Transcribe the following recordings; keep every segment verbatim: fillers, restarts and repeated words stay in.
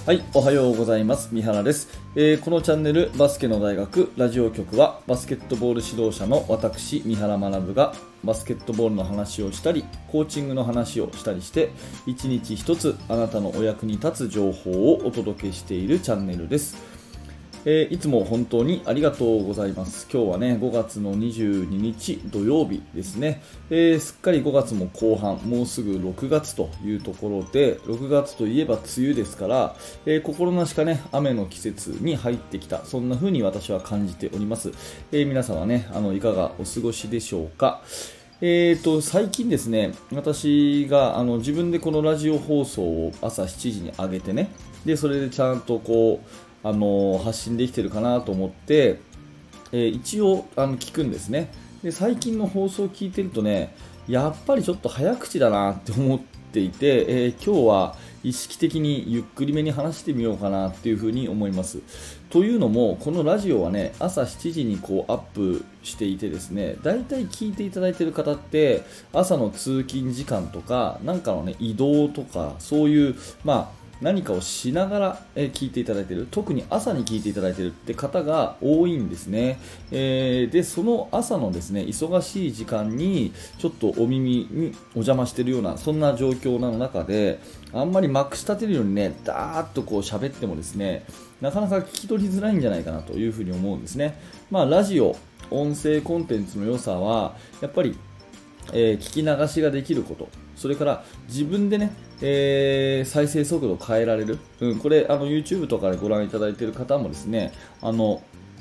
はい、おはようございます。三原です、えー、このチャンネルバスケの大学ラジオ局はバスケットボール指導者の私三原学がバスケットボールの話をしたりコーチングの話をしたりして一日一つあなたのお役に立つ情報をお届けしているチャンネルです。えー、いつも本当にありがとうございます。今日はねごがつのにじゅうににち土曜日ですね、えー、すっかりごがつも後半、もうすぐろくがつというところで、ろくがつといえば梅雨ですから、えー、心なしかね雨の季節に入ってきた、そんな風に私は感じております。えー、皆さんはねあのいかがお過ごしでしょうか。えーと最近ですね、私があの自分でこのラジオ放送を朝しちじに上げてね、でそれでちゃんとこうあの発信できてるかなと思って、えー、一応あの聞くんですね。で最近の放送を聞いてるとね、やっぱりちょっと早口だなって思っていて、えー、今日は意識的にゆっくりめに話してみようかなっていうふうに思います。というのもこのラジオはね朝しちじにこうアップしていてですね、だいたい聞いていただいている方って朝の通勤時間とかなんかのね移動とかそういうまあ何かをしながら聞いていただいている、特に朝に聞いていただいているって方が多いんですね。えー、でその朝のですね忙しい時間にちょっとお耳にお邪魔しているようなそんな状況の中で、あんまりまくし立てるようにねダーッとこう喋ってもですねなかなか聞き取りづらいんじゃないかなというふうに思うんですね。まあラジオ音声コンテンツの良さはやっぱりえー、聞き流しができること、それから自分でね、えー、再生速度を変えられる、うん、これあの YouTube とかでご覧いただいている方もですね、あの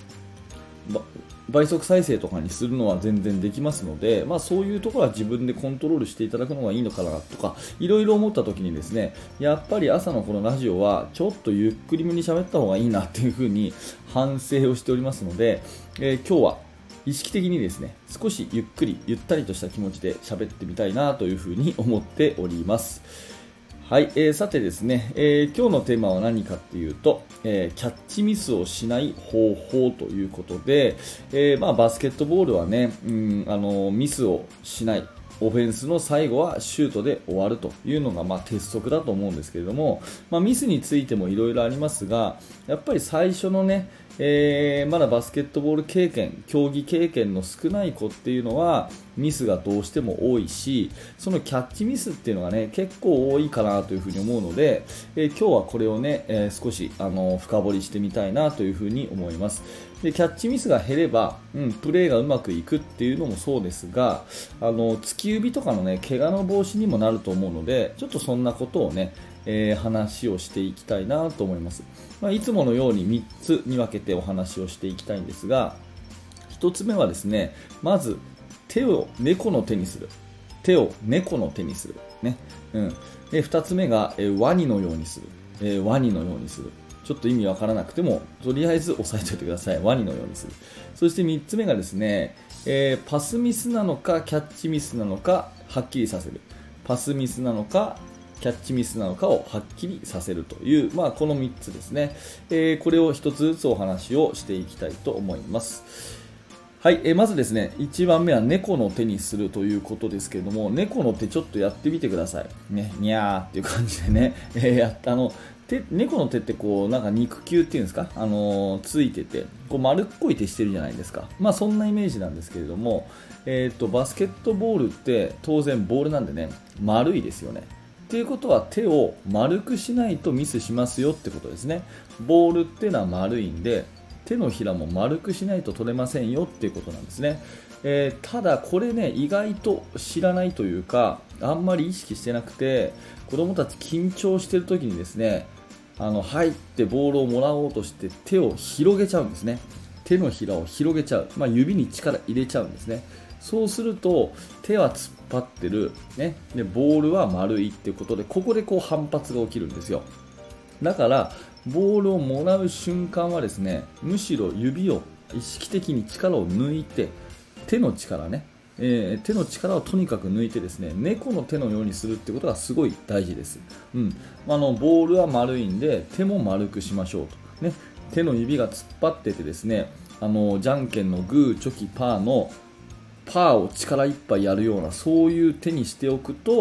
倍速再生とかにするのは全然できますので、まあ、そういうところは自分でコントロールしていただくのがいいのかなとかいろいろ思った時にですね、やっぱり朝のこのラジオはちょっとゆっくりめに喋った方がいいなっていうふうに反省をしておりますので、えー、今日は意識的にですね少しゆっくりゆったりとした気持ちで喋ってみたいなというふうに思っております。はい、えー、さてですね、えー、今日のテーマは何かっていうと、えー、キャッチミスをしない方法ということで、えーまあ、バスケットボールはね、うん、あのミスをしない、オフェンスの最後はシュートで終わるというのがまあ鉄則だと思うんですけれども、まあ、ミスについてもいろいろありますが、やっぱり最初のね、えー、まだバスケットボール経験、競技経験の少ない子っていうのはミスがどうしても多いし、そのキャッチミスっていうのがね結構多いかなというふうに思うので、えー、今日はこれをね、えー、少しあの深掘りしてみたいなというふうに思います。でキャッチミスが減れば、うん、プレーがうまくいくっていうのもそうですが、あの突き指とかのね怪我の防止にもなると思うので、ちょっとそんなことをね、えー、話をしていきたいなと思います。まあ、いつものようにみっつに分けてお話をしていきたいんですが、ひとつめはですね、まず手を猫の手にする、手を猫の手にする、ねうん、でふたつめが、えー、ワニのようにする、えー、ワニのようにする、ちょっと意味わからなくてもとりあえず押さえておいてください。ワニのようにする。そしてみっつめがですね、えー、パスミスなのかキャッチミスなのかはっきりさせる、パスミスなのかキャッチミスなのかをはっきりさせるという、まあ、このみっつですね、えー、これをひとつずつお話をしていきたいと思います。はい、えー、まずですねいちばんめは猫の手にするということですけれども、猫の手ちょっとやってみてくださいね。にゃーっていう感じでね、えー、やったあの手猫の手ってこうなんか肉球っていうんですか、あのー、ついててこう丸っこい手してるじゃないですか。まあそんなイメージなんですけれども、えー、とバスケットボールって当然ボールなんでね丸いですよね。っていうことは手を丸くしないとミスしますよってことですね。ボールっていうのは丸いんで手のひらも丸くしないと取れませんよっていうことなんですね。えー、ただこれね意外と知らないというかあんまり意識してなくて、子供たち緊張してる時にですね、あの入ってボールをもらおうとして手を広げちゃうんですね。手のひらを広げちゃう、まあ、指に力入れちゃうんですね。そうすると手は突っ張ってる、ね、でボールは丸いっていうことで、ここでこう反発が起きるんですよ。だからボールをもらう瞬間はですね、むしろ指を意識的に力を抜いて、手の力ね、えー、手の力をとにかく抜いてですね、猫の手のようにするってことがすごい大事です。うん、あのボールは丸いんで手も丸くしましょうと、ね、手の指が突っ張っててですね、あのじゃんけんのグーチョキパーのパーを力いっぱいやるようなそういう手にしておくと、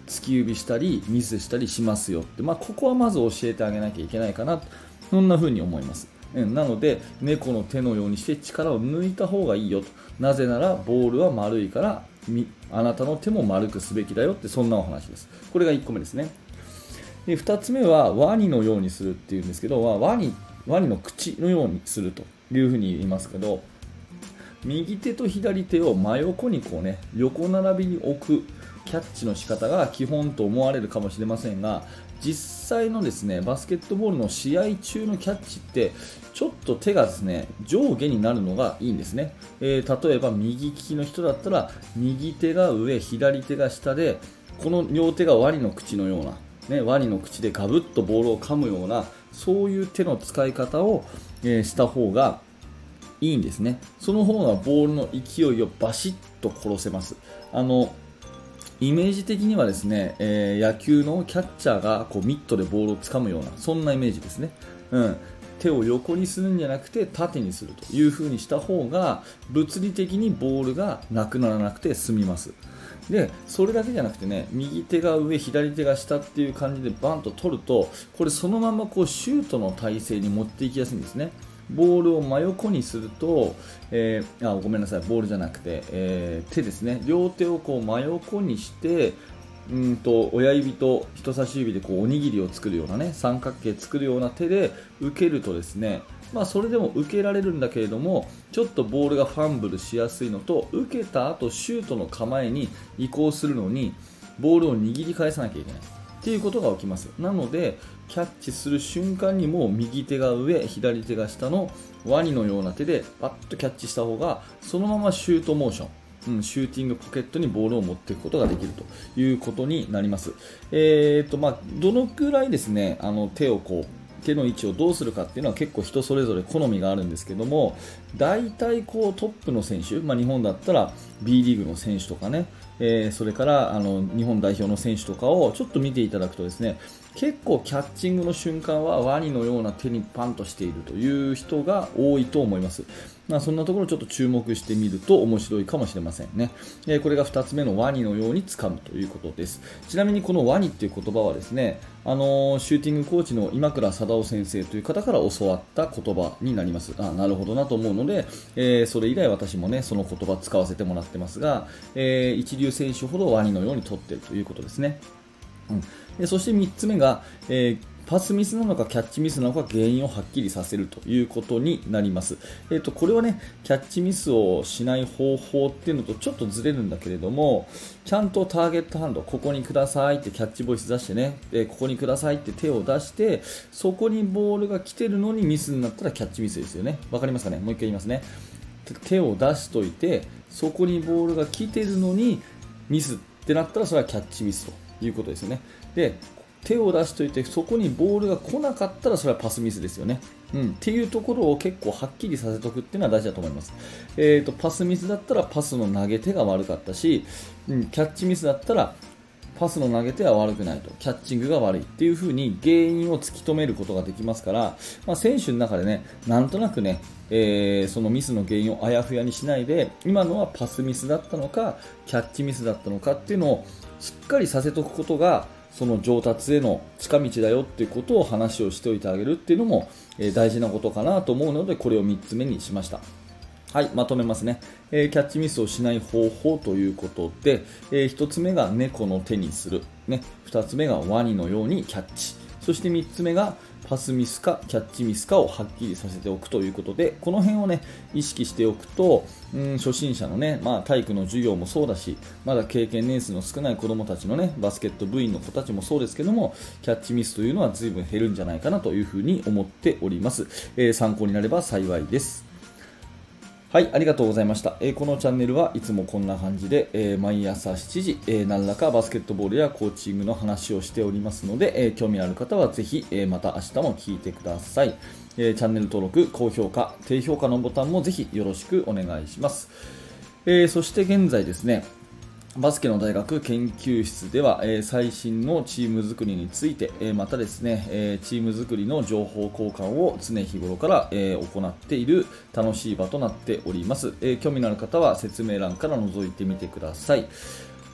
突き指したりミスしたりしますよって、まあ、ここはまず教えてあげなきゃいけないかな、そんな風に思います。なので猫の手のようにして力を抜いた方がいいよと、なぜならボールは丸いからあなたの手も丸くすべきだよって、そんなお話です。これがいっこめですね。でふたつめはワニのようにするっていうんですけど、ワニ、ワニの口のようにするというふうに言いますけど、右手と左手を真横にこう、ね、横並びに置くキャッチの仕方が基本と思われるかもしれませんが、実際のですねバスケットボールの試合中のキャッチってちょっと手がですね上下になるのがいいんですね。えー、例えば右利きの人だったら右手が上左手が下で、この両手がワニの口のような、ね、ワニの口でガブッとボールを噛むような、そういう手の使い方を、えー、した方がいいんですね。その方がボールの勢いをバシッと殺せます。あのイメージ的にはですね、えー、野球のキャッチャーがこうミットでボールを掴むような、そんなイメージですね。うん、手を横にするんじゃなくて縦にするという風にした方が物理的にボールがなくならなくて済みます。でそれだけじゃなくてね、右手が上左手が下っていう感じでバンと取ると、これそのままこうシュートの体勢に持っていきやすいんですね。ボールを真横にすると、えー、あごめんなさいボールじゃなくて、えー、手ですね、両手をこう真横にしてうんと親指と人差し指でこうおにぎりを作るようなね、三角形作るような手で受けるとですね、まあ、それでも受けられるんだけれども、ちょっとボールがファンブルしやすいのと、受けた後シュートの構えに移行するのにボールを握り返さなきゃいけないっていうことが起きます。なのでキャッチする瞬間にも右手が上左手が下のワニのような手でパッとキャッチした方が、そのままシュートモーション、うん、シューティングポケットにボールを持っていくことができるということになります。えーとまあ、どのくらいですねあの手をこう手の位置をどうするかっていうのは結構人それぞれ好みがあるんですけども、大体こうトップの選手、まあ、日本だったら B リーグの選手とかね、えー、それからあの日本代表の選手とかをちょっと見ていただくとですね、結構キャッチングの瞬間はワニのような手にパンとしているという人が多いと思います。まあ、そんなところちょっと注目してみると面白いかもしれませんね。えー、これがふたつめのワニのように掴むということです。ちなみにこのワニっていう言葉はですね、あのー、シューティングコーチの今倉貞夫先生という方から教わった言葉になります。あ、なるほどなと思うので、えー、それ以来私もねその言葉使わせてもらってますが、えー、一流選手ほどワニのように取っているということですね。うん、でそしてみっつめが、えー、パスミスなのかキャッチミスなのか原因をはっきりさせるということになります。えーと、これはねキャッチミスをしない方法っていうのとちょっとずれるんだけれども、ちゃんとターゲットハンド、ここにくださいってキャッチボイス出してね、えー、ここにくださいって手を出して、そこにボールが来てるのにミスになったらキャッチミスですよね。わかりますかね。もう一回言いますね。手を出しといてそこにボールが来てるのにミスってなったらそれはキャッチミスということですよね。で手を出しといてそこにボールが来なかったらそれはパスミスですよね。うん、っていうところを結構はっきりさせておくっていうのは大事だと思います。えーと、パスミスだったらパスの投げ手が悪かったし、うん、キャッチミスだったらパスの投げ手は悪くないと、キャッチングが悪いっていう風に原因を突き止めることができますから、まあ、選手の中でねなんとなくね、えー、そのミスの原因をあやふやにしないで、今のはパスミスだったのかキャッチミスだったのかっていうのをしっかりさせておくことがその上達への近道だよっていうことを話をしておいてあげるっていうのも、えー、大事なことかなと思うので、これをみっつめにしました。はい、まとめますね、えー、キャッチミスをしない方法ということで、えー、ひとつめが猫の手にする、ね、ふたつめがワニのようにキャッチ、そしてみっつめがパスミスかキャッチミスかをはっきりさせておくということで、この辺をね意識しておくと、うん、初心者のね、まあ、体育の授業もそうだし、まだ経験年数の少ない子どもたちのねバスケット部員の子たちもそうですけども、キャッチミスというのは随分減るんじゃないかなというふうに思っております。えー、参考になれば幸いです。はい、ありがとうございました。えー、このチャンネルはいつもこんな感じで、えー、毎朝しちじ、えー、何らかバスケットボールやコーチングの話をしておりますので、えー、興味ある方はぜひ、えー、また明日も聞いてください。えー、チャンネル登録、高評価、低評価のボタンもぜひよろしくお願いします。えー、そして現在ですね、バスケの大学研究室では、えー、最新のチーム作りについて、えー、またですね、えー、チーム作りの情報交換を常日頃から、えー、行っている楽しい場となっております。えー、興味のある方は説明欄から覗いてみてください。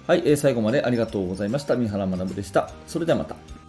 はい、えー最後までありがとうございました。三原学でした。それではまた。